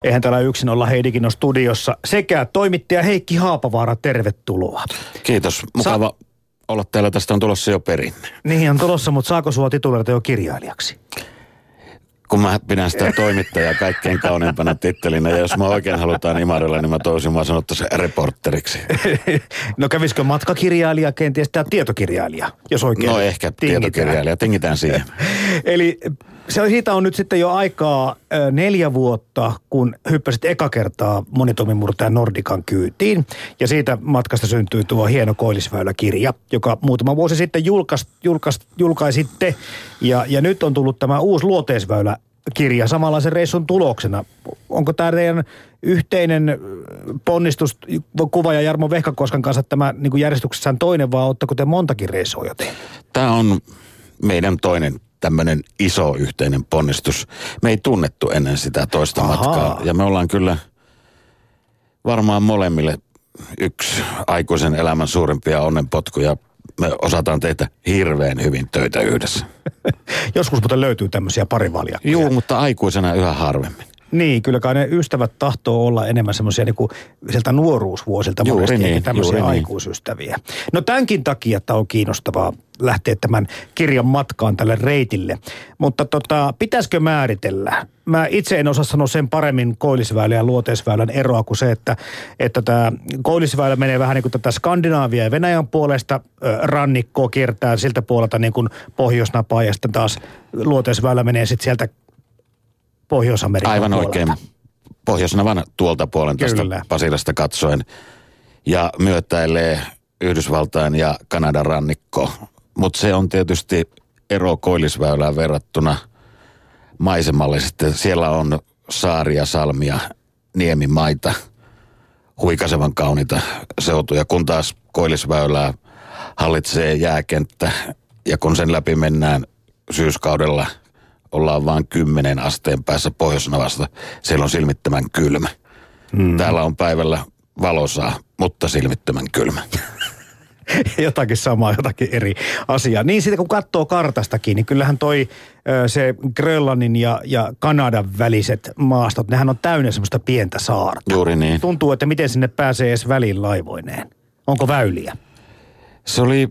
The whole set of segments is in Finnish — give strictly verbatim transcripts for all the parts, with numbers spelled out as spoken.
Eihän täällä yksin olla, Heidikin on studiossa. Sekä toimittaja Heikki Haapavaara, tervetuloa. Kiitos, mukava Sa- olla täällä, tästä on tulossa jo perinne. Niin on tulossa, mutta saako sua tituleerata jo kirjailijaksi? Kun mä pidän sitä toimittajaa kaikkein kauneimpana tittelinä, ja jos mä oikein halutaan imarilla, niin mä toisin mä sanottaisiin reporteriksi. No kävisikö matkakirjailija, kenties tämä tietokirjailija, jos oikein No ehkä tingitään. Tietokirjailija, tingitään siihen. Eli se, siitä on nyt sitten jo aikaa ö, neljä vuotta, kun hyppäsit eka kertaa monitoimimurtaja Nordican kyytiin. Ja siitä matkasta syntyi tuo hieno Koillisväylä-kirja, joka muutama vuosi sitten julkaist, julkaist, julkaisitte. Ja, ja nyt on tullut tämä uusi Luoteisväylä-kirja samanlaisen reissun tuloksena. Onko tämä teidän yhteinen ponnistus kuvaaja Jarmo Vehkakoskan kanssa tämä niin kuin järjestyksessään toinen, vai ootteko te montakin reissua jo tehnyt? Tämä on meidän toinen tämmöinen iso yhteinen ponnistus. Me ei tunnettu ennen sitä toista Ahaa. matkaa. Ja me ollaan kyllä varmaan molemmille yksi aikuisen elämän suurimpia onnenpotkuja. Me osataan tehdä hirveän hyvin töitä yhdessä. Joskus muuten löytyy tämmöisiä parivaljakkoja. Joo, mutta aikuisena yhä harvemmin. Niin, kyllä kai ne ystävät tahtoo olla enemmän semmoisia niinku sieltä nuoruusvuosilta Juuri monesti, niin, eikä tämmöisiä juuri niin. aikuisystäviä. No tämänkin takia, että on kiinnostavaa lähteä tämän kirjan matkaan tälle reitille. Mutta tota, pitäisikö määritellä? Mä itse en osaa sanoa sen paremmin Koillisväylän ja Luoteisväylän eroa kuin se, että että tämä Koillisväylä menee vähän niin kuin tätä Skandinaavia ja Venäjän puolesta ö, rannikkoa, kiertää siltä puolelta niin kuin pohjoisnapaa, ja sitten taas Luoteisväylä menee sitten sieltä Pohjois-Amerikan Aivan puolelta. oikein. Pohjoisnavan tuolta puolen tästä Kyllä. Pasilasta katsoen. Ja myötäilee Yhdysvaltain ja Kanadan rannikko. Mutta se on tietysti ero Koillisväylään verrattuna maisemallisesti. Siellä on saaria, salmia, niemimaita, huikasevan kauniita seutuja. Kun taas Koillisväylää hallitsee jääkenttä, ja kun sen läpi mennään syyskaudella, ollaan vain kymmenen asteen päässä Pohjoisnavasta. Siellä on silmittömän kylmä. Hmm. Täällä on päivällä valosaa, mutta silmittömän kylmä. Jotakin samaa, jotakin eri asiaa. Niin sitten kun katsoo kartastakin, niin kyllähän toi se Grönlannin ja, ja Kanadan väliset maastot, nehän on täynnä semmoista pientä saarta. Juuri niin. Tuntuu, että miten sinne pääsee edes väliin laivoineen. Onko väyliä? Se oli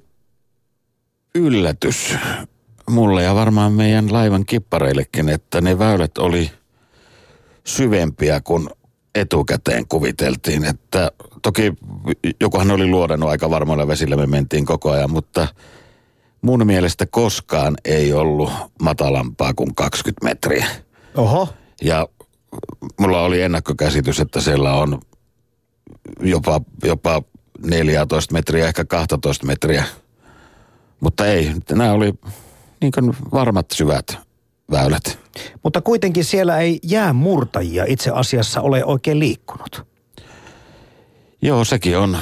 yllätys mulle ja varmaan meidän laivan kippareillekin, että ne väylät oli syvempiä kuin etukäteen kuviteltiin. Että toki jokuhan oli luodannut aika varmoilla vesillä, me mentiin koko ajan, mutta mun mielestä koskaan ei ollut matalampaa kuin kaksikymmentä metriä. Oho. Ja mulla oli ennakkokäsitys, että siellä on jopa, jopa neljätoista metriä, ehkä kaksitoista metriä. Mutta ei, nämä oli niin kuin varmat syvät väylät. Mutta kuitenkin siellä ei jäämurtajia itse asiassa ole oikein liikkunut. Joo, sekin on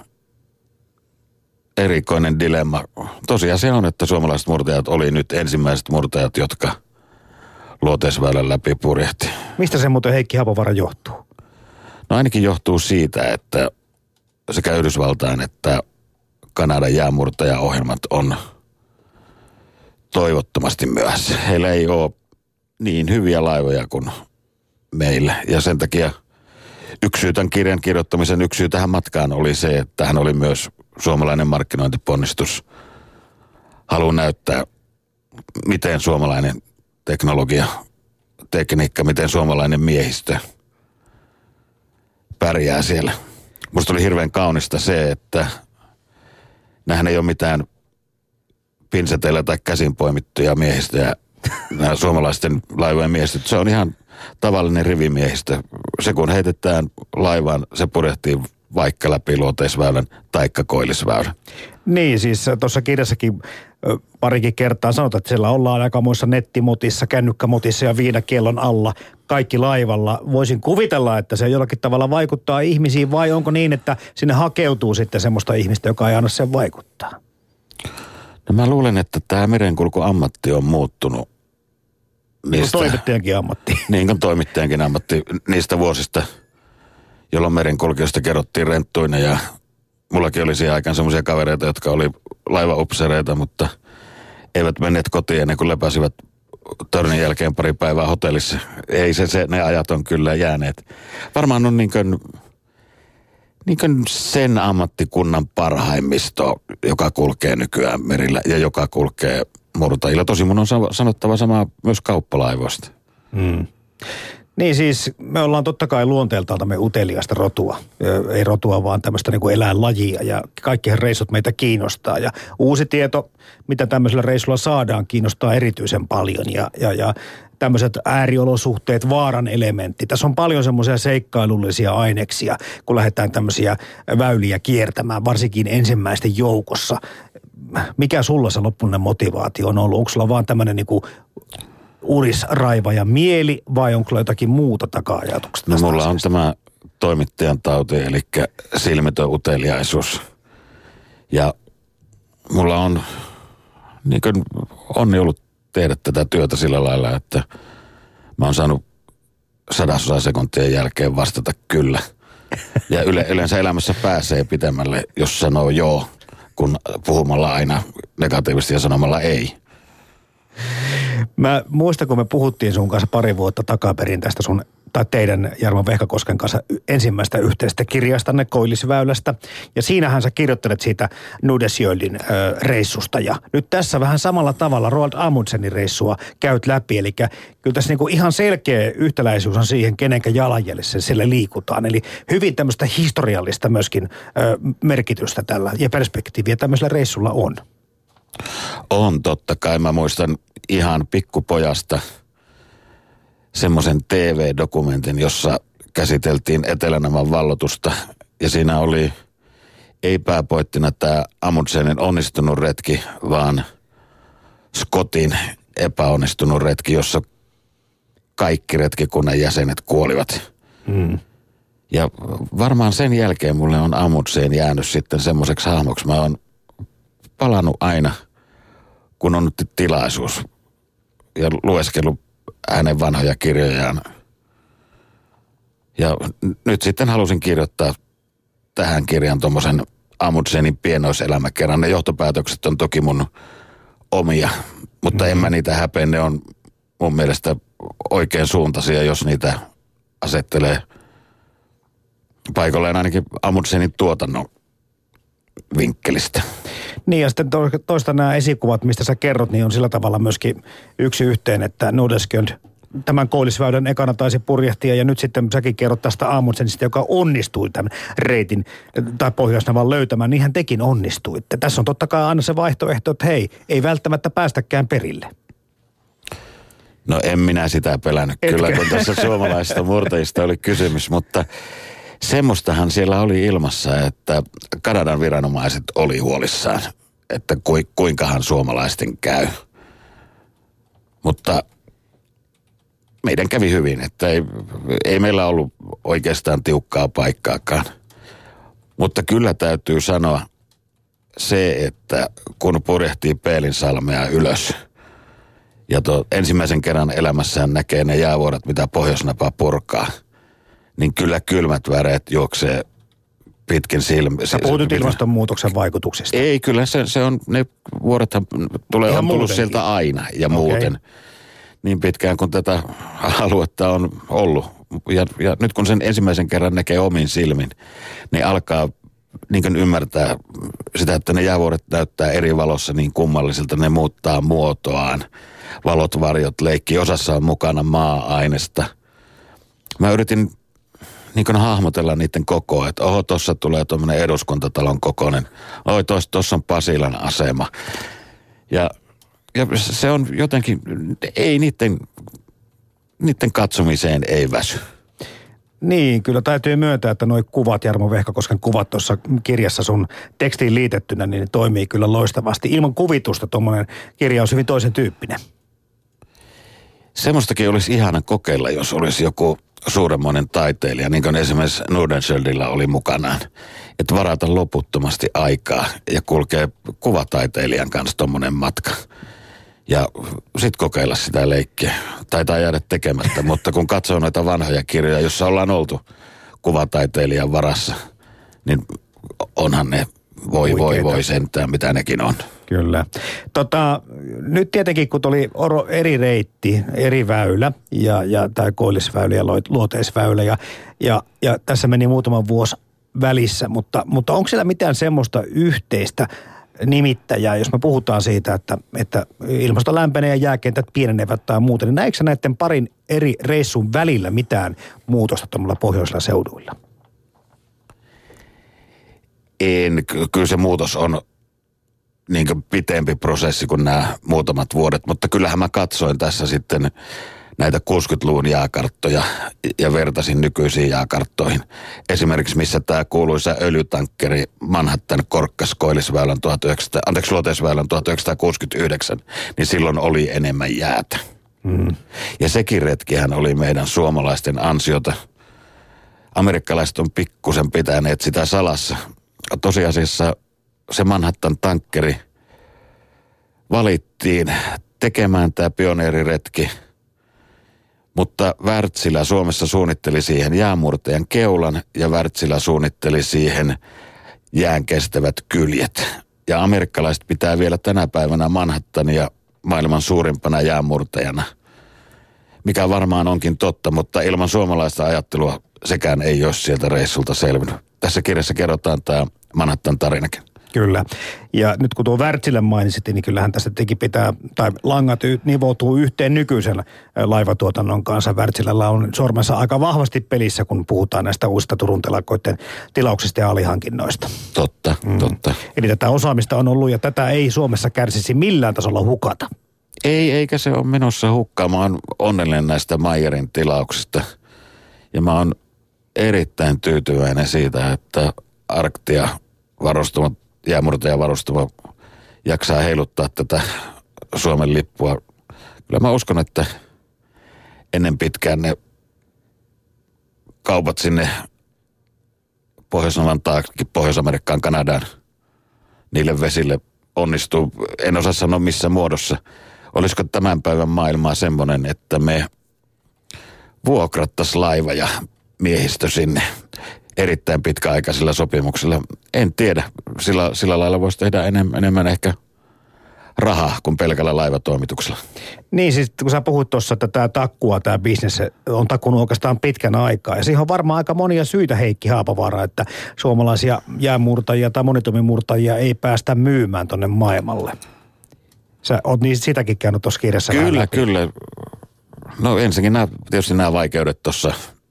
erikoinen dilemma. Tosiasia on, että suomalaiset murtajat oli nyt ensimmäiset murtajat, jotka Luoteisväylän läpi purjehti. Mistä se muuten, Heikki Haapavaara, johtuu? No ainakin johtuu siitä, että sekä Yhdysvaltain että Kanadan jäämurtajaohjelmat on toivottomasti myöhässä. Heillä ei ole niin hyviä laivoja kuin meillä. Ja sen takia yksi syy tämän kirjan kirjoittamisen, yksi syy tähän matkaan oli se, että hän oli myös suomalainen markkinointiponnistus. Haluan näyttää, miten suomalainen teknologia, tekniikka, miten suomalainen miehistö pärjää siellä. Musta oli hirveän kaunista se, että nämähän ei ole mitään pinseteillä tai käsin poimittuja miehistöjä, nämä suomalaisten laivojen miehistöt. Se on ihan tavallinen rivimiehistö. Se kun heitetään laivaan, se purjehtii vaikka läpi Luoteisväylän taikka Koillisväylän. Niin, siis tuossa kirjassakin ö, parikin kertaa sanotaan, että siellä ollaan aikamoissa nettimotissa, kännykkämotissa ja viinakellon alla, kaikki laivalla. Voisin kuvitella, että se jollakin tavalla vaikuttaa ihmisiin, vai onko niin, että sinne hakeutuu sitten semmoista ihmistä, joka ei anna sen vaikuttaa? No mä luulen, että tämä merenkulkuammatti on muuttunut niistä, no toimittajankin ammatti. Niin kuin toimittajankin ammatti niistä vuosista, jolloin merenkulkijoista kerrottiin renttuina, ja mullakin oli siihen aikaan semmoisia kavereita, jotka oli laivaupseereita, mutta eivät menneet kotiin ennen kuin lepäsivät törnin jälkeen pari päivää hotellissa. Ei se, se ne ajat on kyllä jääneet. Varmaan on niin kuin, niin kuin sen ammattikunnan parhaimmisto, joka kulkee nykyään merillä ja joka kulkee murtajilla. Tosi mun on sanottava samaa myös kauppalaivoista. Hmm. Niin siis me ollaan totta kai luonteeltamme uteliasta rotua. Ei rotua, vaan tämmöistä niin kuin eläinlajia ja kaikkihan reissut meitä kiinnostaa. Ja uusi tieto, mitä tämmöisellä reissulla saadaan, kiinnostaa erityisen paljon. Ja, ja, ja tämmöiset ääriolosuhteet, vaaran elementti. Tässä on paljon semmoisia seikkailullisia aineksia, kun lähdetään tämmöisiä väyliä kiertämään, varsinkin ensimmäisten joukossa. Mikä sulla se loppuinen motivaatio on ollut? Onko sulla vaan tämmöinen niin kuin urisraiva ja mieli vai onko sulla jotakin muuta taka-ajatuksia? No mulla asiasta on tämä toimittajan tauti, eli silmitön uteliaisuus. Ja mulla on niin kuin onni ollut tehdä tätä työtä sillä lailla, että mä oon saanut sadasosa sekuntien jälkeen vastata kyllä. Ja yle, yleensä elämässä pääsee pitemmälle, jos sanoo joo, kun puhumalla aina negatiivisesti ja sanomalla ei. Mä muistan, kun me puhuttiin sun kanssa pari vuotta takaperin tästä sun, tai teidän Jarmo Vehkakosken kanssa ensimmäistä yhteisestä kirjastanne Koillisväylästä. Ja siinähän sä kirjoittelet siitä Nudesjöldin ö, reissusta. Ja nyt tässä vähän samalla tavalla Roald Amundsenin reissua käyt läpi. Eli kyllä tässä niinku ihan selkeä yhtäläisyys on siihen, kenenkä jalanjäljessä sille liikutaan. Eli hyvin tämmöistä historiallista myöskin ö, merkitystä tällä ja perspektiiviä tämmöisellä reissulla on. On totta kai. Mä muistan ihan pikkupojasta semmoisen T V-dokumentin, jossa käsiteltiin Etelänämän vallotusta. Ja siinä oli ei pääpointtina tämä Amundsenin onnistunut retki, vaan Scottin epäonnistunut retki, jossa kaikki retkikunnan jäsenet kuolivat. Mm. Ja varmaan sen jälkeen mulle on Amundsen jäänyt sitten semmoiseksi hahmoksi. Mä oon palannut aina, kun on nyt tilaisuus ja lueskellut hänen vanhoja kirjojaan. Ja nyt sitten halusin kirjoittaa tähän kirjan tuommoisen Amundsenin pienoiselämäkerran. Ne johtopäätökset on toki mun omia, mutta mm-hmm. en mä niitä häpeä. Ne on mun mielestä oikein suuntaisia, jos niitä asettelee paikalleen ainakin Amundsenin tuotannon vinkkelistä. Niin ja sitten toista nämä esikuvat, mistä sä kerrot, niin on sillä tavalla myöskin yksi yhteen, että Nudesjöld tämän Koillisväylän ekana taisi purjehtia ja nyt sitten säkin kerrot tästä Amundsenista, joka onnistui tämän reitin tai Pohjoisnavan löytämään, niin hän tekin onnistuitte. Tässä on totta kai aina se vaihtoehto, että hei, ei välttämättä päästäkään perille. No en minä sitä pelännyt. Etkä. Kyllä kun tässä suomalaisista murtajista oli kysymys, mutta semmoistahan siellä oli ilmassa, että Kanadan viranomaiset oli huolissaan, että ku, kuinkahan suomalaisten käy. Mutta meidän kävi hyvin, että ei, ei meillä ollut oikeastaan tiukkaa paikkaakaan. Mutta kyllä täytyy sanoa se, että kun purjehtii Peelinsalmea ylös ja tuo ensimmäisen kerran elämässään näkee ne jäävuoret, mitä Pohjoisnapa purkaa, niin kyllä kylmät väreet juoksee pitkin silmiä. Sä puhut nyt ilmastonmuutoksen vaikutuksista. Ei, kyllä se, se on, ne vuorethan tulee, on tullut sieltä aina ja okay. muuten. Niin pitkään kuin tätä aluetta on ollut. Ja, ja nyt kun sen ensimmäisen kerran näkee omin silmin, niin alkaa niin kuin ymmärtää sitä, että ne jäävuoret näyttää eri valossa niin kummallisilta. Ne muuttaa muotoaan. Valot, varjot leikkii. Osassa on mukana maa-ainesta. Mä yritin niin kuin hahmotella niiden kokoa, että oho, tossa tulee tuommoinen eduskuntatalon kokoinen. Oi, tossa, tossa on Pasilan asema. Ja, ja se on jotenkin, ei niiden, niiden katsomiseen ei väsy. Niin, kyllä täytyy myöntää, että nuo kuvat, Jarmo Vehkakosken kuvat tuossa kirjassa sun tekstiin liitettynä, niin ne toimii kyllä loistavasti. Ilman kuvitusta tuommoinen kirja on hyvin toisen tyyppinen. Semmoistakin olisi ihana kokeilla, jos olisi joku suuremmoinen taiteilija, niin kuin esimerkiksi Nudesjöldillä oli mukanaan, että varata loputtomasti aikaa ja kulkee kuvataiteilijan kanssa tommonen matka. Ja sit kokeilla sitä leikkiä. Taitaa jäädä tekemättä, mutta kun katsoo noita vanhoja kirjoja, jossa ollaan oltu kuvataiteilijan varassa, niin onhan ne voi voi voi sentään, mitä nekin on. Kyllä. Tota, nyt tietenkin, kun tuli eri reitti, eri väylä, ja, ja tämä koillisväylä ja luoteisväylä, ja, ja, ja tässä meni muutama vuosi välissä, mutta, mutta onko siellä mitään semmoista yhteistä nimittäjää, jos me puhutaan siitä, että, että ilmasto lämpenee ja jääkentät pienenevät tai muuta, niin näetkö näiden parin eri reissun välillä mitään muutosta tuolla pohjoisilla seuduilla? En, kyllä se muutos on niin kuin pitempi prosessi kuin nämä muutamat vuodet, mutta kyllähän mä katsoin tässä sitten näitä kuusikymmentäluvun jääkarttoja ja vertasin nykyisiin jääkarttoihin. Esimerkiksi missä tämä kuuluisa öljytankkeri Manhattan korkkasi Koillisväylän tuhatyhdeksänsataa, anteeksi Luoteisväylän tuhatyhdeksänsataakuusikymmentäyhdeksän, niin silloin oli enemmän jäätä. Mm. Ja sekin retkihän oli meidän suomalaisten ansiota. Amerikkalaiset on pikkusen pitäneet sitä salassa. Tosiasiassa se Manhattan tankkeri valittiin tekemään tämä pioneeriretki, mutta Wärtsilä Suomessa suunnitteli siihen jäänmurtajan keulan ja Wärtsilä suunnitteli siihen jään kestävät kyljet. Ja amerikkalaiset pitää vielä tänä päivänä Manhattania maailman suurimpana jäänmurtajana, mikä varmaan onkin totta, mutta ilman suomalaista ajattelua sekään ei ole sieltä reissulta selvinnyt. Tässä kirjassa kerrotaan tämä Manhattan tarinakin. Kyllä. Ja nyt kun tuo Wärtsilän mainitsit, niin kyllähän tässä teki pitää, tai langat nivoutuu yhteen nykyisen laivatuotannon kanssa. Wärtsilällä on sormensa aika vahvasti pelissä, kun puhutaan näistä uusista Turun telakoiden tilauksista ja alihankinnoista. Totta, mm. totta. Eli tätä osaamista on ollut ja tätä ei Suomessa kärsisi millään tasolla hukata. Ei, eikä se ole menossa hukkaan. Mä oon onnellinen näistä Meyerin tilauksista. Ja mä oon erittäin tyytyväinen siitä, että Arktia varustama, jäämurtaja varustama jaksaa heiluttaa tätä Suomen lippua. Kyllä mä uskon, että ennen pitkään ne kaupat sinne Pohjois-Nolan taaksekin, Pohjois-Amerikkaan, Kanadaan, niille vesille onnistuu. En osaa sanoa missä muodossa. Olisiko tämän päivän maailmaa semmoinen, että me vuokrattaisiin laiva ja miehistö sinne erittäin pitkäaikaisilla sopimuksilla. En tiedä. Sillä, sillä lailla voisi tehdä enemmän, enemmän ehkä rahaa kuin pelkällä laivatoimituksella. Niin siis kun sä puhuit tuossa, että tämä takkua, tämä bisnes on takkunut oikeastaan pitkän aikaa. Ja siihen on varmaan aika monia syitä, Heikki Haapavaara, että suomalaisia jäämurtajia tai monitomimurtajia ei päästä myymään tonne maailmalle. Sä oot niin sitäkin käynyt tuossa kirjassa. Kyllä, kyllä. No ensinnäkin nämä, tietysti nämä vaikeudet tuossa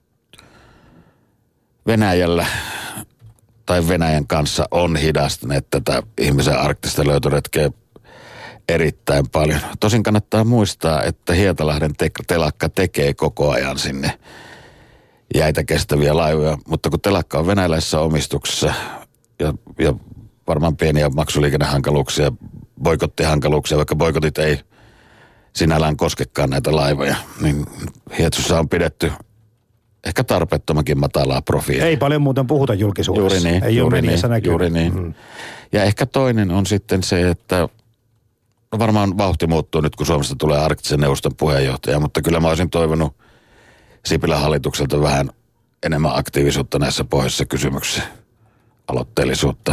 Venäjällä tai Venäjän kanssa on hidastaneet tätä ihmisen arktista löytöretkeä erittäin paljon. Tosin kannattaa muistaa, että Hietalahden te- telakka tekee koko ajan sinne jäitä kestäviä laivoja, mutta kun telakka on venäläisessä omistuksessa ja, ja varmaan pieniä maksuliikennehankaluuksia, boikottihankaluuksia, vaikka boikotit ei sinällään koskekaan näitä laivoja, niin Hietsussa on pidetty ehkä tarpeettomankin matalaa profiilia. Ei paljon muuten puhuta julkisuudessa. Juuri niin, ei juuri niin, juuri niin. Mm. Ja ehkä toinen on sitten se, että varmaan vauhti muuttuu nyt, kun Suomesta tulee Arktisen neuvoston puheenjohtaja, mutta kyllä mä olisin toivonut Sipilän hallitukselta vähän enemmän aktiivisuutta näissä pohjoisissa kysymyksissä, aloitteellisuutta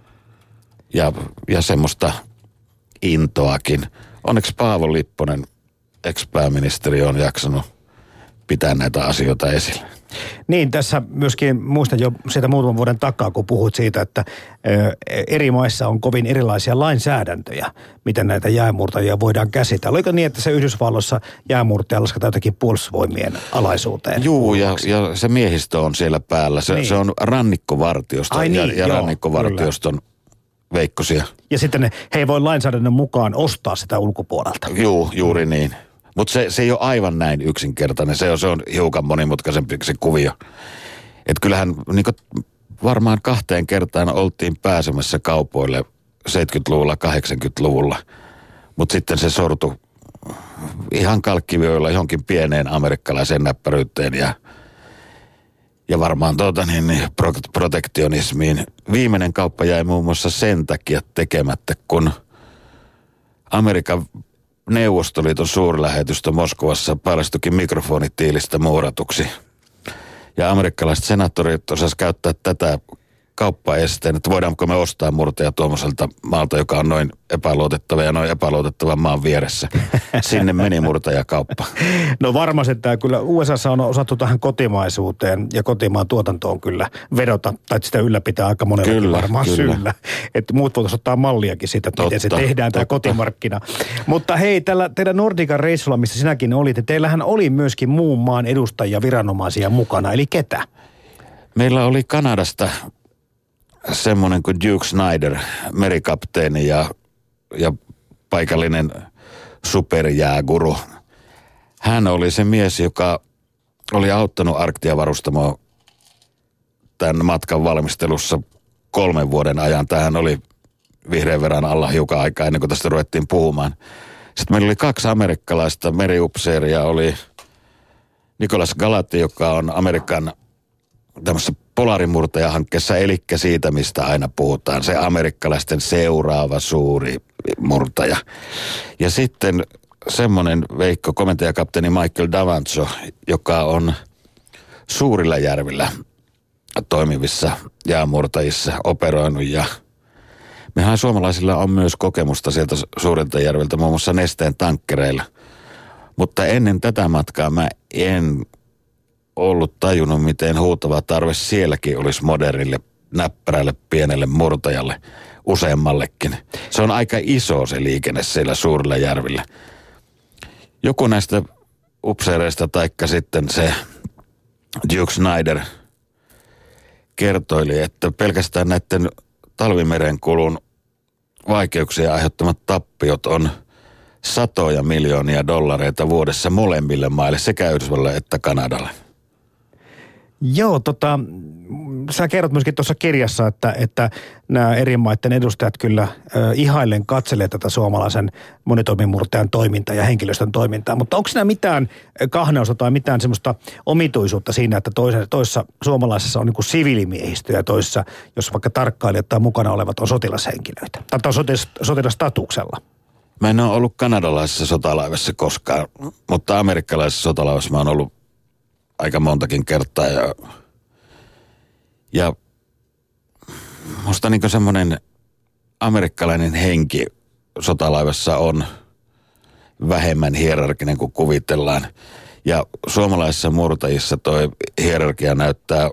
ja, ja semmoista intoakin. Onneksi Paavo Lipponen, ex-pääministeri, on jaksanut pitää näitä asioita esille. Niin, tässä myöskin muistan jo sieltä muutaman vuoden takaa, kun puhut siitä, että eri maissa on kovin erilaisia lainsäädäntöjä, miten näitä jäämurtajia voidaan käsitellä. Oliko niin, että se Yhdysvalloissa jäämurtaja lasketaan jotakin puolustusvoimien alaisuuteen? Juu, ja, ja se miehistö on siellä päällä. Se, niin. se on rannikkovartiosto Ai ja, niin, ja joo, rannikkovartioston kyllä. veikkosia. Ja sitten ne, he ei voi lainsäädännön mukaan ostaa sitä ulkopuolelta. Juu, juuri niin. Mutta se, se ei ole aivan näin yksinkertainen. Se on, se on hiukan monimutkaisempi se kuvio. Että kyllähän niin varmaan kahteen kertaan oltiin pääsemässä kaupoille seitsemänkymmentäluvulla, kahdeksankymmentäluvulla. Mutta sitten se sortui ihan kalkkivioilla johonkin pieneen amerikkalaiseen näppäryyteen ja, ja varmaan tuota niin, niin, protektionismiin. Viimeinen kauppa jäi muun muassa sen takia tekemättä, kun Amerikan Neuvostoliiton suurlähetystö Moskovassa paljastukin mikrofonitiilistä muuratuksi. Ja amerikkalaiset senaattorit osasivat käyttää tätä kauppaesteen, että voidaanko me ostaa murtaja tuommoiselta maalta, joka on noin epäluotettava ja noin epäluotettavan maan vieressä. Sinne meni murtajakauppa. No varmasti tämä kyllä U S A:ssa on osattu tähän kotimaisuuteen ja kotimaan tuotantoon kyllä vedota, tai sitä ylläpitää aika monellakin kyllä, varmaan kyllä. syyllä. Että muut voitaisiin ottaa malliakin siitä, että totta, miten se tehdään tämä kotimarkkina. Mutta hei, tällä teidän Nordican reissulla, missä sinäkin olit, teillähän oli myöskin muun maan edustajia viranomaisia mukana, eli ketä? Meillä oli Kanadasta semmoinen kuin Duke Snyder, merikapteeni ja, ja paikallinen superjääguru. Hän oli se mies, joka oli auttanut Arktia-varustamoa tämän matkan valmistelussa kolmen vuoden ajan. Tämähän oli vihreän verran alla hiukan aikaa ennen kuin tästä ruvettiin puhumaan. Sitten meillä oli kaksi amerikkalaista meriupseeria. Oli Nicholas Galati, joka on Amerikan tämmöisessä polarimurtajahankkeessa, eli siitä, mistä aina puhutaan. Se amerikkalaisten seuraava suuri murtaja. Ja sitten semmoinen veikko, komentajakapteeni Michael Davanzo, joka on Suurilla järvillä toimivissa jäämurtajissa operoinut. Ja mehän suomalaisilla on myös kokemusta sieltä Suurilta järviltä, muun muassa Nesteen tankkereilla. Mutta ennen tätä matkaa mä en ollut tajunnut, miten huutava tarve sielläkin olisi modernille, näppärälle, pienelle murtajalle, useammallekin. Se on aika iso se liikenne siellä Suurilla järvillä. Joku näistä upseereista taikka sitten se Duke Snyder kertoili, että pelkästään näiden talvimerenkulun vaikeuksia aiheuttamat tappiot on satoja miljoonia dollareita vuodessa molemmille maille, sekä Yhdysvalloille että Kanadalle. Joo, tota, sä kerrot myöskin tuossa kirjassa, että, että nämä eri maiden edustajat kyllä äh, ihaillen katselee tätä suomalaisen monitoimimurtajan toimintaa ja henkilöstön toimintaa, mutta onko siinä mitään kahneusta tai mitään semmoista omituisuutta siinä, että toisessa, toisessa suomalaisessa on niin kuin siviilimiehistöä ja toisessa, jos vaikka tarkkailijat tai mukana olevat on sotilashenkilöitä tai on sotilas, sotilastatuksella? Mä en ole ollut kanadalaisessa sotalaivassa koskaan, mutta amerikkalaisessa sotalaivassa mä oon ollut aika montakin kertaa ja, ja musta niin kuin semmoinen amerikkalainen henki sotalaivassa on vähemmän hierarkinen kuin kuvitellaan. Ja suomalaisissa murtajissa toi hierarkia näyttää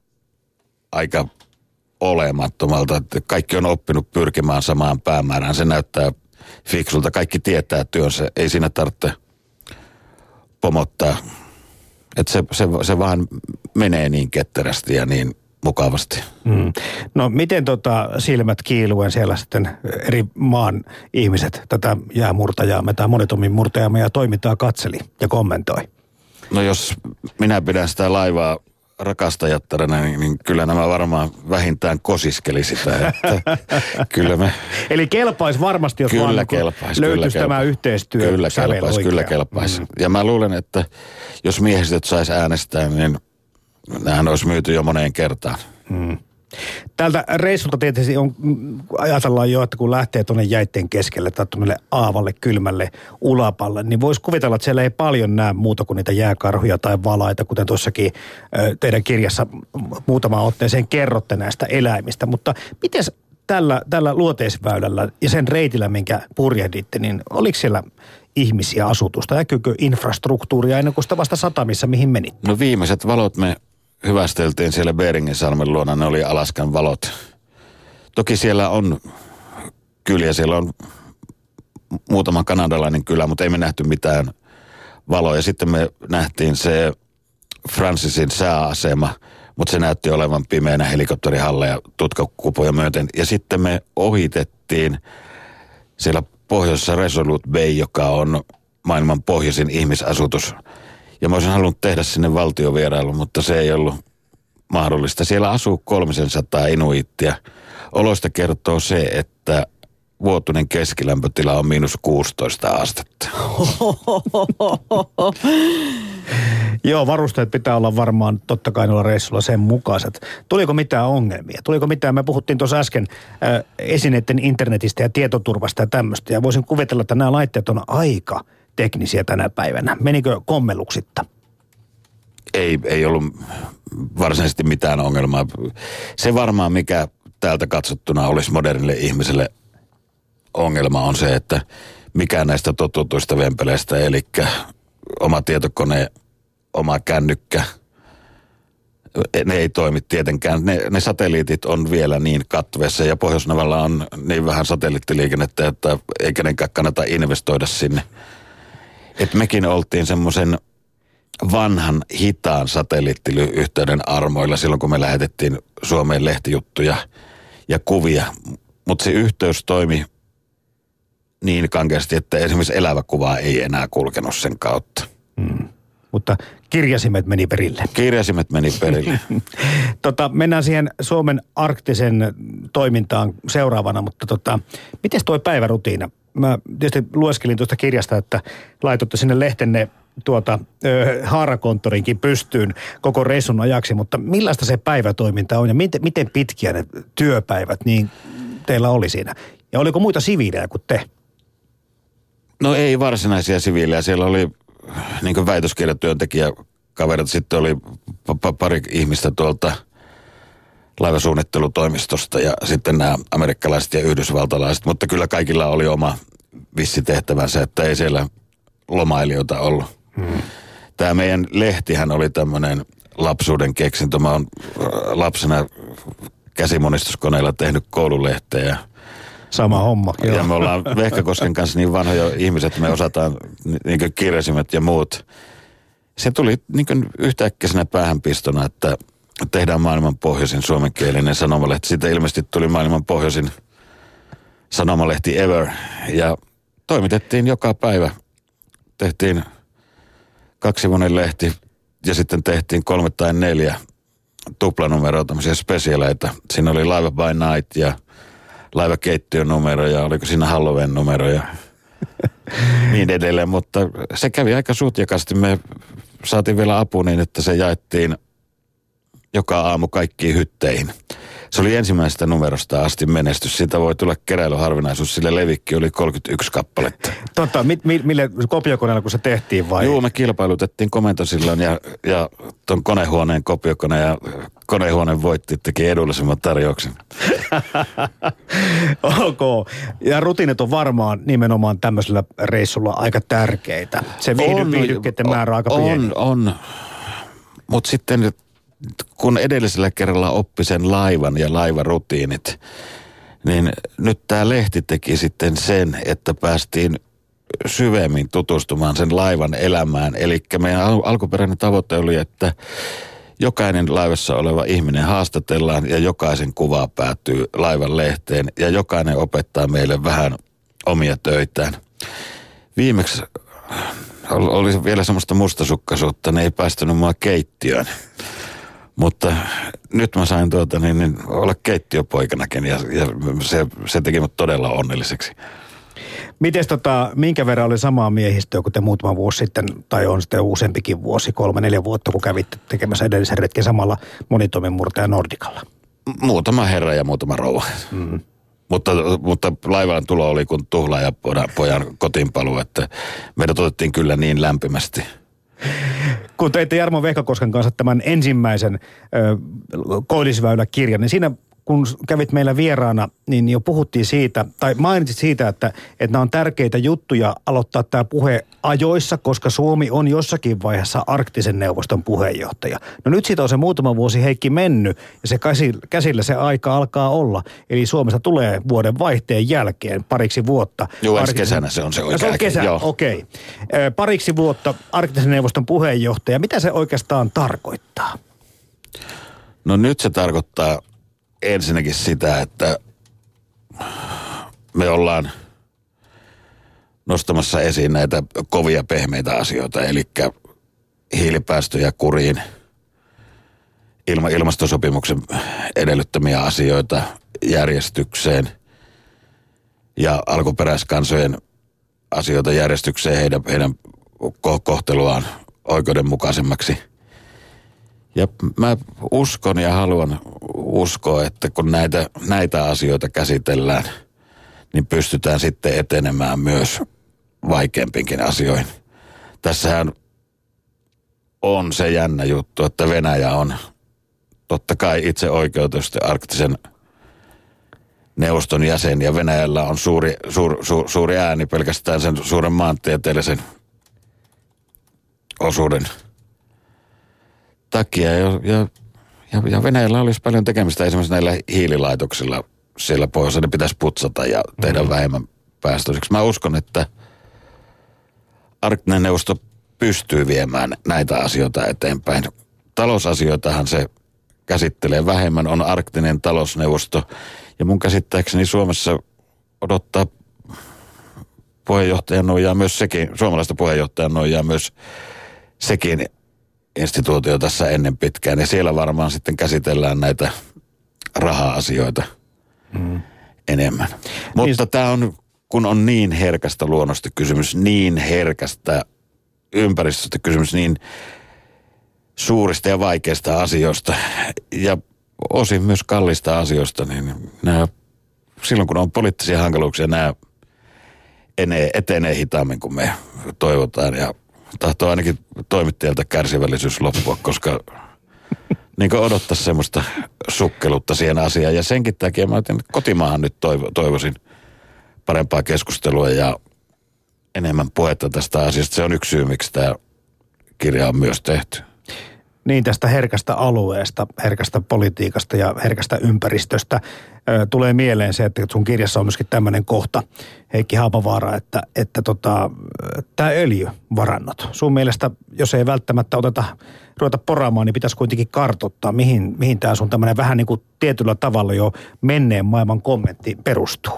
aika olemattomalta, että kaikki on oppinut pyrkimään samaan päämäärään. Se näyttää fiksulta. Kaikki tietää työnsä. Ei siinä tarvitse pomottaa. Että se, se, se vaan menee niin ketterästi ja niin mukavasti. Mm. No miten tota silmät kiiluen siellä sitten eri maan ihmiset tätä jäämurtajaamme tai monitomin murtajaamme ja toimintaa katseli ja kommentoi? No jos minä pidän sitä laivaa rakastajattarana, niin, niin kyllä nämä varmaan vähintään kosiskeli sitä. Että kyllä me... Eli kelpaisi varmasti, jos kyllä vaan kelpais, löytyisi kyllä tämä yhteistyö. Kyllä kelpaisi, kyllä kelpaisi. Mm. Ja mä luulen, että jos miehistöt sais äänestää, niin nämähän olisi myyty jo moneen kertaan. Mm. Tältä reissulta tietysti on, ajatellaan jo, että kun lähtee tuonne jäitten keskelle tai tuonne aavalle, kylmälle ulapalle, niin voisi kuvitella, että siellä ei paljon näe muuta kuin niitä jääkarhuja tai valaita, kuten tuossakin teidän kirjassa muutamaan otteeseen kerrotte näistä eläimistä. Mutta miten tällä, tällä luoteisväylällä ja sen reitillä, minkä purjehditte, niin oliko siellä ihmisiä, asutusta? Näkyykö infrastruktuuria ennen kuin sitä vasta satamissa, mihin menit? No viimeiset valot me hyvästeltiin siellä Beringinsalmen luona, ne oli Alaskan valot. Toki siellä on kyliä, siellä on muutama kanadalainen kylä, mutta ei me nähty mitään valoja. Sitten me nähtiin se Francisin sääasema, mutta se näytti olevan pimeänä helikopterihalleja tutkakupoja myöten. Ja sitten me ohitettiin siellä pohjoisessa Resolute Bay, joka on maailman pohjoisin ihmisasutus. Ja mä olisin halunnut tehdä sinne valtiovierailun, mutta se ei ollut mahdollista. Siellä asuu kolmisensataa inuittia. Oloista kertoo se, että vuotuinen keskilämpötila on miinus kuusitoista astetta. Joo, varusteet pitää olla varmaan totta kai noilla reissulla sen mukaiset. Tuliko mitään ongelmia? Tuliko mitään? Me puhuttiin tuossa äsken äh, esineiden internetistä ja tietoturvasta ja tämmöistä. Ja voisin kuvitella, että nämä laitteet on aika teknisiä tänä päivänä. Menikö kommelluksitta? ei, ei ollut varsinaisesti mitään ongelmaa. Se varmaan, mikä täältä katsottuna olisi modernille ihmiselle ongelma, on se, että mikään näistä totutuista vempeleistä, eli oma tietokone, oma kännykkä, ne ei toimi tietenkään. Ne, ne satelliitit on vielä niin katveessa ja Pohjoisnavalla on niin vähän satelliittiliikennettä, että ei kenenkään kannata investoida sinne. Et mekin oltiin semmoisen vanhan hitaan satelliittiyhteyden armoilla silloin, kun me lähetettiin Suomeen lehtijuttuja ja kuvia. Mutta se yhteys toimi niin kankeasti, että esimerkiksi elävä kuva ei enää kulkenut sen kautta. Hmm. Mutta kirjasimet meni perille. Kirjasimet meni perille. tota, mennään siihen Suomen arktisen toimintaan seuraavana, mutta tota, miten toi päivärutiina? Mä tietysti lueskelin tuosta kirjasta, että laitoitte sinne lehtenne tuota ö, haarakonttorinkin pystyyn koko reissun ajaksi, mutta millaista se päivätoiminta on ja miten, miten pitkiä ne työpäivät niin teillä oli siinä? Ja oliko muita siviilejä kuin te? No ei varsinaisia siviilejä. Siellä oli niin kuin väitöskirjatyöntekijäkaverit, sitten oli pa- pari ihmistä tuolta laivasuunnittelutoimistosta ja sitten nämä amerikkalaiset ja yhdysvaltalaiset, mutta kyllä kaikilla oli oma vissi tehtävänsä, että ei siellä lomailijoita ollut. Hmm. Tämä meidän lehtihän oli tämmöinen lapsuuden keksintö. Mä oon lapsena käsimonistuskoneella tehnyt koululehteä. Sama homma, ja joo. me ollaan Vehkakosken kanssa niin vanhoja ihmiset, että me osataan niin kuin kirjasimet ja muut. Se tuli niin kuin yhtäkkisenä päähänpistona, että tehdään maailman pohjoisin suomenkielinen sanomalehti. Siitä ilmeisesti tuli maailman pohjoisin sanomalehti ever. Ja toimitettiin joka päivä. Tehtiin kaksivuonen lehti ja sitten tehtiin kolme tai neljä tuplanumeroa, tämmöisiä spesiaaleita. Siinä oli Laiva by Night ja laivakeittiön numero ja oliko siinä Halloween numero ja niin edelleen. Mutta se kävi aika sutjakasti. Me saatiin vielä apu niin, että se jaettiin joka aamu kaikkiin hytteihin. Se oli ensimmäisestä numerosta asti menestys. Siitä voi tulla keräilyharvinaisuus, sillä levikki oli kolmekymmentäyksi kappaletta. Totta, mi, mi, mille kopiokoneella kun se tehtiin vai? Joo, me kilpailutettiin komentosilloin ja, ja ton konehuoneen kopiokone ja konehuoneen voitti, teki edullisemman tarjouksen. Ok. Ja rutiinit on varmaan nimenomaan tämmöisellä reissulla aika tärkeitä. Se viihdy, viihdykkeiden määrä on aika pieni. On, on. Mutta sitten kun edellisellä kerralla oppi sen laivan ja laivarutiinit, niin nyt tämä lehti teki sitten sen, että päästiin syvemmin tutustumaan sen laivan elämään. Eli meidän al- alkuperäinen tavoite oli, että jokainen laivassa oleva ihminen haastatellaan ja jokaisen kuva päätyy laivan lehteen ja jokainen opettaa meille vähän omia töitään. Viimeksi oli vielä semmoista mustasukkaisuutta, ne ei päästänyt mua keittiöön. Mutta nyt mä sain tuota, niin, niin, olla keittiöpoikanakin ja, ja se, se teki mut todella onnelliseksi. Mites tota, minkä verran oli samaa miehistöä kuin te muutama vuosi sitten, tai on sitten useampikin vuosi, kolme, neljä vuotta, kun kävitte tekemässä edellisen retken samalla monitoiminmurtaja Nordicalla? Muutama herra ja muutama rouva. Mm. Mutta, mutta laivan tulo oli kuin tuhlaaja pojan kotiinpaluu, että meidät otettiin kyllä niin lämpimästi. Kun teitte Jarmo Vehkakosken kanssa tämän ensimmäisen ö, Koillisväylä-kirjan, niin siinä kun kävit meillä vieraana, niin jo puhuttiin siitä, tai mainitsit siitä, että, että nämä on tärkeitä juttuja aloittaa tämä puhe ajoissa, koska Suomi on jossakin vaiheessa Arktisen neuvoston puheenjohtaja. No nyt siitä on se muutama vuosi Heikki mennyt, ja se käsillä se aika alkaa olla. Eli Suomesta tulee vuoden vaihteen jälkeen pariksi vuotta. Joo, ensi kesänä se on se oikea. Se on kesä, okei. Okay. Pariksi vuotta Arktisen neuvoston puheenjohtaja. Mitä se oikeastaan tarkoittaa? No nyt se tarkoittaa ensinnäkin sitä, että me ollaan nostamassa esiin näitä kovia pehmeitä asioita, eli hiilipäästöjä kuriin, ilma, ilmastosopimuksen edellyttämiä asioita järjestykseen ja alkuperäiskansojen asioita järjestykseen, heidän, heidän kohteluaan oikeudenmukaisemmaksi. Ja mä uskon ja haluan uskoa, että kun näitä, näitä asioita käsitellään, niin pystytään sitten etenemään myös vaikeampinkin asioihin. Tässähän on se jännä juttu, että Venäjä on totta kai itse oikeutusti arktisen neuvoston jäsen ja Venäjällä on suuri, suur, su, suuri ääni pelkästään sen suuren maantieteellisen osuuden takia. Ja, ja, ja Venäjällä olisi paljon tekemistä esimerkiksi näillä hiililaitoksilla siellä pohjoisessa. Ne pitäisi putsata ja tehdä mm-hmm. vähemmän päästöiseksi. Mä uskon, että arktinen neuvosto pystyy viemään näitä asioita eteenpäin. Talousasioitahan se käsittelee vähemmän, on arktinen talousneuvosto. Ja mun käsittääkseni Suomessa odottaa puheenjohtajan nojaa myös sekin, suomalaista puheenjohtajan nojaa myös sekin instituutio tässä ennen pitkään. Ja siellä varmaan sitten käsitellään näitä raha-asioita mm. enemmän. Mutta niin, tämä on, kun on niin herkästä luonnosta kysymys, niin herkästä ympäristöstä kysymys, niin suurista ja vaikeista asioista ja osin myös kallista asioista, niin nämä, silloin kun on poliittisia hankaluuksia, nämä enee, etenee hitaammin kuin me toivotaan ja tahtoo ainakin toimittajalta kärsivällisyys loppua, koska niin kuin odottaisi semmoista sukkelutta siihen asiaan ja senkin takia mä ajattelin, että kotimaahan nyt toivo, toivoisin parempaa keskustelua ja enemmän puhetta tästä asiasta. Se on yksi syy, miksi tämä kirja on myös tehty. Niin, tästä herkästä alueesta, herkästä politiikasta ja herkästä ympäristöstä ö, tulee mieleen se, että sun kirjassa on myöskin tämmöinen kohta, Heikki Haapavaara, että, että tota, tämä öljyvarannot. Sun mielestä, jos ei välttämättä oteta, ruveta poraamaan, niin pitäisi kuitenkin kartoittaa, mihin, mihin tämä sun tämmöinen vähän niin kuin tietyllä tavalla jo menneen maailman kommentti perustuu.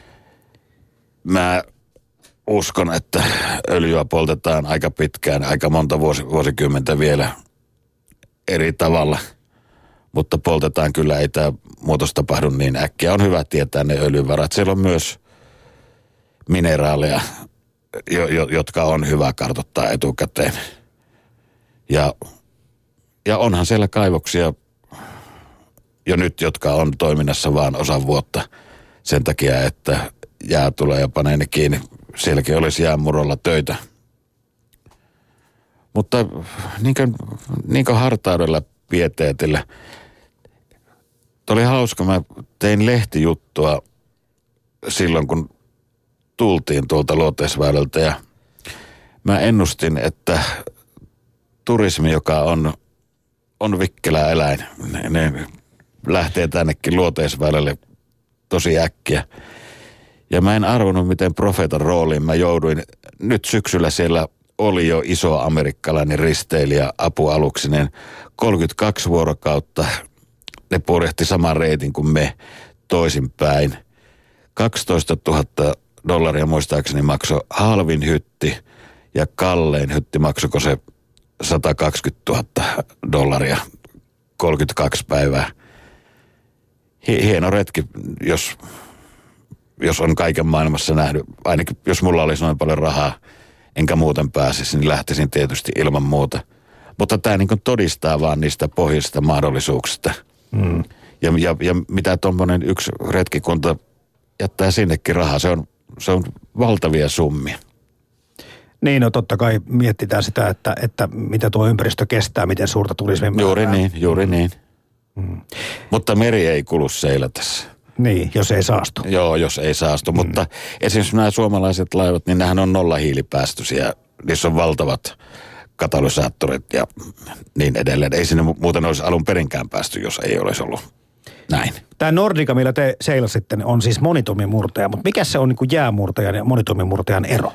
Mä uskon, että öljyä poltetaan aika pitkään, aika monta vuosi, vuosikymmentä vielä eri tavalla, mutta poltetaan kyllä, ei tämä muutos tapahdu niin äkkiä. On hyvä tietää ne öljyvarat. Siellä on myös mineraaleja, jo, jo, jotka on hyvä kartoittaa etukäteen. Ja, ja onhan siellä kaivoksia jo nyt, jotka on toiminnassa vaan osan vuotta sen takia, että jää tulee ja panee ne kiinni. Sielläkin olisi jäämurolla töitä. Mutta niin kuin, niin kuin hartaudella pieteetillä. Tuo oli hauska. Mä tein lehtijuttua silloin, kun tultiin tuolta Luoteisväylältä ja mä ennustin, että turismi, joka on, on vikkelä eläin, ne, ne lähtee tännekin Luoteisväylälle tosi äkkiä. Ja mä en arvonnut, miten profeetan rooliin mä jouduin. Nyt syksyllä siellä oli jo iso amerikkalainen risteilijä apualuksinen. kolmekymmentäkaksi vuorokautta ne purjehti saman reitin kuin me toisinpäin. kaksitoista tuhatta dollaria muistaakseni maksoi halvin hytti ja kallein hytti maksoiko se sata kaksikymmentätuhatta dollaria kolmekymmentäkaksi päivää. Hieno retki, jos... jos on kaiken maailmassa nähnyt, ainakin jos mulla olisi noin paljon rahaa, enkä muuten pääsisi, niin lähtisin tietysti ilman muuta. Mutta tämä niin kuin todistaa vaan niistä pohjista mahdollisuuksista. Mm. Ja, ja, ja mitä tuommoinen yksi retkikunta jättää sinnekin rahaa, se on, se on valtavia summia. Niin, no totta kai mietitään sitä, että, että mitä tuo ympäristö kestää, miten suurta turismin määrää. Juuri niin, juuri niin. Mm. Mutta meri ei kulu seilatessa. Niin, jos ei saastu. Joo, jos ei saastu. Mm. Mutta esimerkiksi nämä suomalaiset laivat, niin nämähän on nolla hiilipäästöisiä. Niissä on valtavat katalysaattorit ja niin edelleen. Ei sinne muuten olisi alun perinkään päästy, jos ei olisi ollut näin. Tämä Nordica, millä te seilasitte, on siis monitoimimurtaja. Mutta mikä se on niin kuin jäämurtajan ja monitoimimurtajan ero?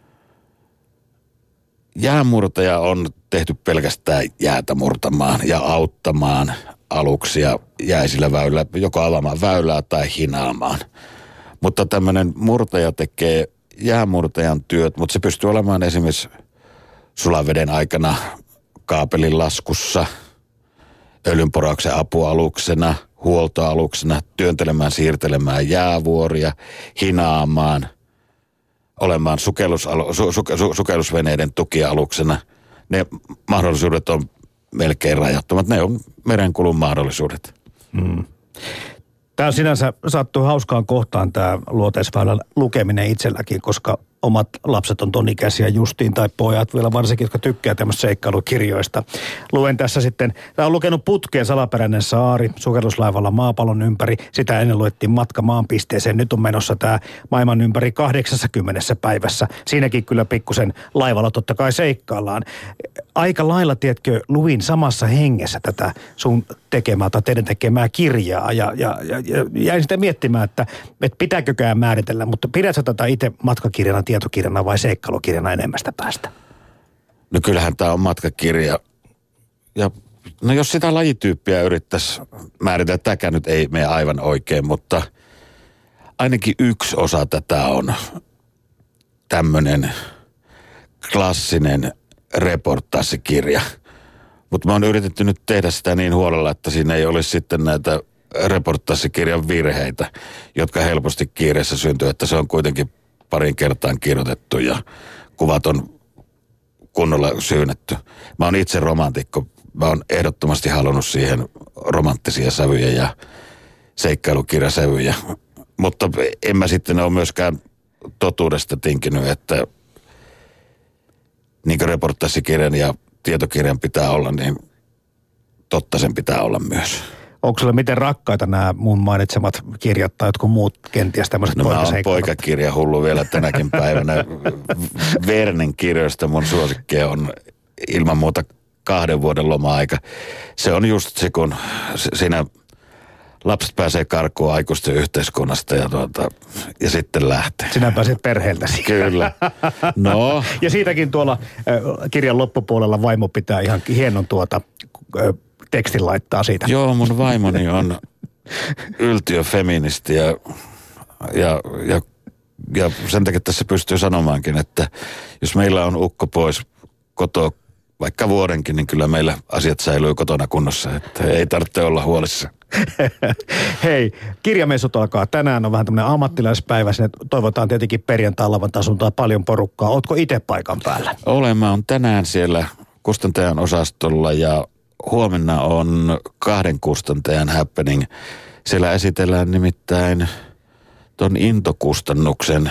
Jäämurtaja on tehty pelkästään jäätä murtamaan ja auttamaan aluksia jäisillä väylillä, joko avaamaan väylää tai hinaamaan. Mutta tämmöinen murtaja tekee jäämurtajan työt, mutta se pystyy olemaan esimerkiksi sulaveden aikana kaapelin laskussa, öljynporauksen apualuksena, huoltoaluksena, työntelemään, siirtelemään jäävuoria, hinaamaan, olemaan sukellusalu, su, su, su, sukellusveneiden tukialuksena. Ne mahdollisuudet on melkein rajattomat. Ne on merenkulun mahdollisuudet. Hmm. Tämä sinänsä sattuu hauskaan kohtaan tämä Luoteisväylän lukeminen itselläkin, koska omat lapset on ton ikäisiä justiin tai pojat vielä varsinkin, jotka tykkää tämmöistä seikkailukirjoista. Luen tässä sitten, tämä on lukenut Putkeen salaperäinen saari sukelluslaivalla maapallon ympäri. Sitä ennen luettiin Matka maanpisteeseen. Nyt on menossa tämä maailman ympäri kahdeksassankymmenessä päivässä. Siinäkin kyllä pikkusen laivalla totta kai seikkaillaan. Aika lailla, tiedätkö, luin samassa hengessä tätä sun tekemää tai teidän tekemää kirjaa ja, ja, ja, ja jäin sitä miettimään, että, että pitääkökään määritellä, mutta pidätkö tätä itse matkakirjana, tietokirjana vai seikkailukirjana enemmästä päästä? No kyllähän tämä on matkakirja. Ja no jos sitä lajityyppiä yrittäisi määritellä, tämäkään nyt ei mene aivan oikein, mutta ainakin yksi osa tätä on tämmöinen klassinen reportaasikirja. Mutta mä oon yritetty nyt tehdä sitä niin huolella, että siinä ei olisi sitten näitä reportaasikirjan virheitä, jotka helposti kiireessä syntyy, että se on kuitenkin parin kertaan kirjoitettu ja kuvat on kunnolla syynetty. Mä oon itse romantikko. Mä oon ehdottomasti halunnut siihen romanttisia sävyjä ja seikkailukirjasävyjä. Mutta en mä sitten ole myöskään totuudesta tinkinyt, että niin kuin reportaasikirjan ja tietokirjan pitää olla, niin totta sen pitää olla myös. Onko sulle miten rakkaita nämä mun mainitsemat kirjat tai jotkut muut kenties tämmöiset no, poikaseikkailut? No mä oon poikakirja hullu vielä tänäkin päivänä. Vernen kirjoista mun suosikkeja on ilman muuta kahden vuoden loma-aika. Se on just se, kun siinä lapset pääsee karkuun aikuisten yhteiskunnasta ja, tuota, ja sitten lähtee. Sinä pääset perheeltäsi. Kyllä. No. Ja siitäkin tuolla äh, kirjan loppupuolella vaimo pitää ihan hienon tuota äh, tekstin laittaa siitä. Joo, mun vaimoni on yltiöfeministi ja, ja, ja, ja sen takia tässä pystyy sanomaankin, että jos meillä on ukko pois kotoa vaikka vuodenkin, niin kyllä meillä asiat säilyy kotona kunnossa, että ei tarvitse olla huolissa. Hei, kirjamessut alkaa tänään, on vähän tämmöinen ammattilaispäivä, sinne toivotaan tietenkin perjantai, lauantai, sunnuntai paljon porukkaa. Ootko itse paikan päällä? Olen, mä oon tänään siellä kustantajan osastolla ja huomenna on kahden kustantajan happening. Siellä esitellään nimittäin ton Intokustannuksen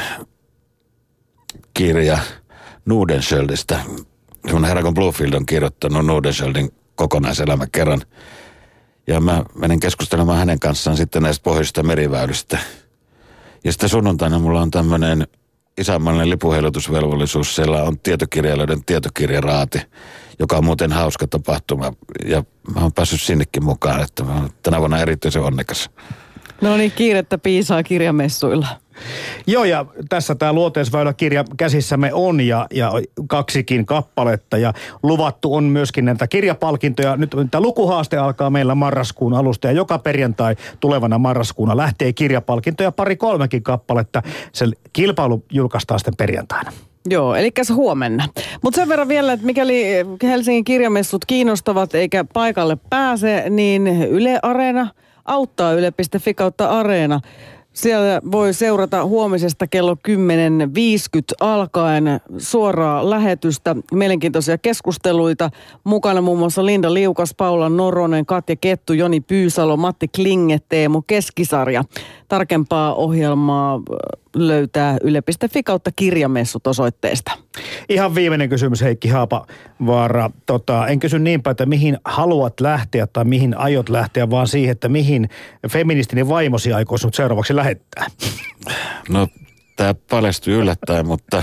kirja Nordenskiöldistä. Sun herra kun Bluefield on kirjoittanut Nordenskjöldin kokonaiselämä kerran. Ja mä menen keskustelemaan hänen kanssaan sitten näistä pohjoisista meriväylistä. Ja sitten sunnuntaina mulla on tämmöinen isänmaallinen lipunheilutusvelvollisuus. Siellä on tietokirjailijoiden tietokirjaraati, joka on muuten hauska tapahtuma. Ja mä oon päässyt sinnekin mukaan, että mä oon tänä vuonna erityisen onnekas. No niin, kiirettä piisaa kirjamessuilla. Joo, ja tässä tämä Luoteisväylä-kirja käsissämme on ja, ja kaksikin kappaletta ja luvattu on myöskin näitä kirjapalkintoja. Nyt tämä lukuhaaste alkaa meillä marraskuun alusta ja joka perjantai tulevana marraskuuna lähtee kirjapalkintoja pari kolmekin kappaletta. Se kilpailu julkaistaan sitten perjantaina. Joo, eli se huomenna. Mutta sen verran vielä, että mikäli Helsingin kirjamessut kiinnostavat eikä paikalle pääse, niin Yle Areena auttaa yle piste fi kautta Areena. Siellä voi seurata huomisesta kello kymmenen viisikymmentä alkaen suoraa lähetystä, mielenkiintoisia keskusteluita. Mukana muun muassa Linda Liukas, Paula Noronen, Katja Kettu, Joni Pyysalo, Matti Klinge, Teemu Keskisarja. Tarkempaa ohjelmaa löytää yle piste fi kautta kirjamessut osoitteesta. Ihan viimeinen kysymys, Heikki Haapavaara. Tota, en kysy niinpä, että mihin haluat lähteä tai mihin aiot lähteä, vaan siihen, että mihin feministinen vaimosi aikoo sinut seuraavaksi lähettää. No, tämä paljastui yllättäen, mutta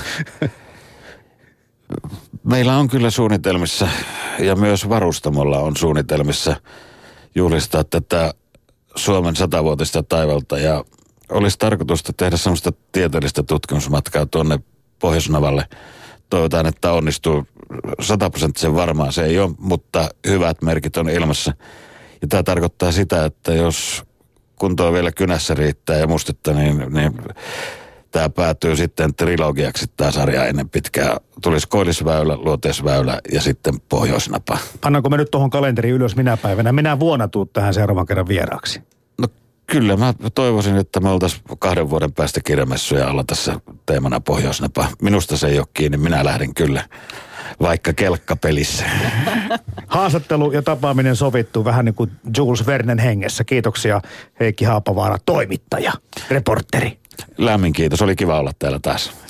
meillä on kyllä suunnitelmissa ja myös varustamolla on suunnitelmissa juhlistaa tätä Suomen satavuotista taivalta ja olisi tarkoitusta tehdä semmoista tieteellistä tutkimusmatkaa tuonne Pohjoisnavalle. Toivotaan, että onnistuu sataprosenttisen varmaan. Se ei ole, mutta hyvät merkit on ilmassa. Ja tämä tarkoittaa sitä, että jos kuntoa vielä kynässä riittää ja mustetta, niin, niin tämä päätyy sitten trilogiaksi tämä sarja ennen pitkää. Tulisi Koillisväylä, Luoteisväylä ja sitten Pohjoisnapa. Pannaanko me nyt tuohon kalenteriin ylös minä päivänä? Minä vuonna tuut tähän seuraavan kerran vieraaksi. No kyllä, mä toivoisin, että me oltaisiin kahden vuoden päästä kirjamessuja alla tässä teemana Pohjoisnapa. Minusta se ei ole kiinni, minä lähden kyllä, vaikka kelkkapelissä. Haastattelu ja tapaaminen sovittu vähän niin kuin Jules Vernen hengessä. Kiitoksia Heikki Haapavaara, toimittaja, reporteri. Lämmin kiitos, oli kiva olla täällä taas.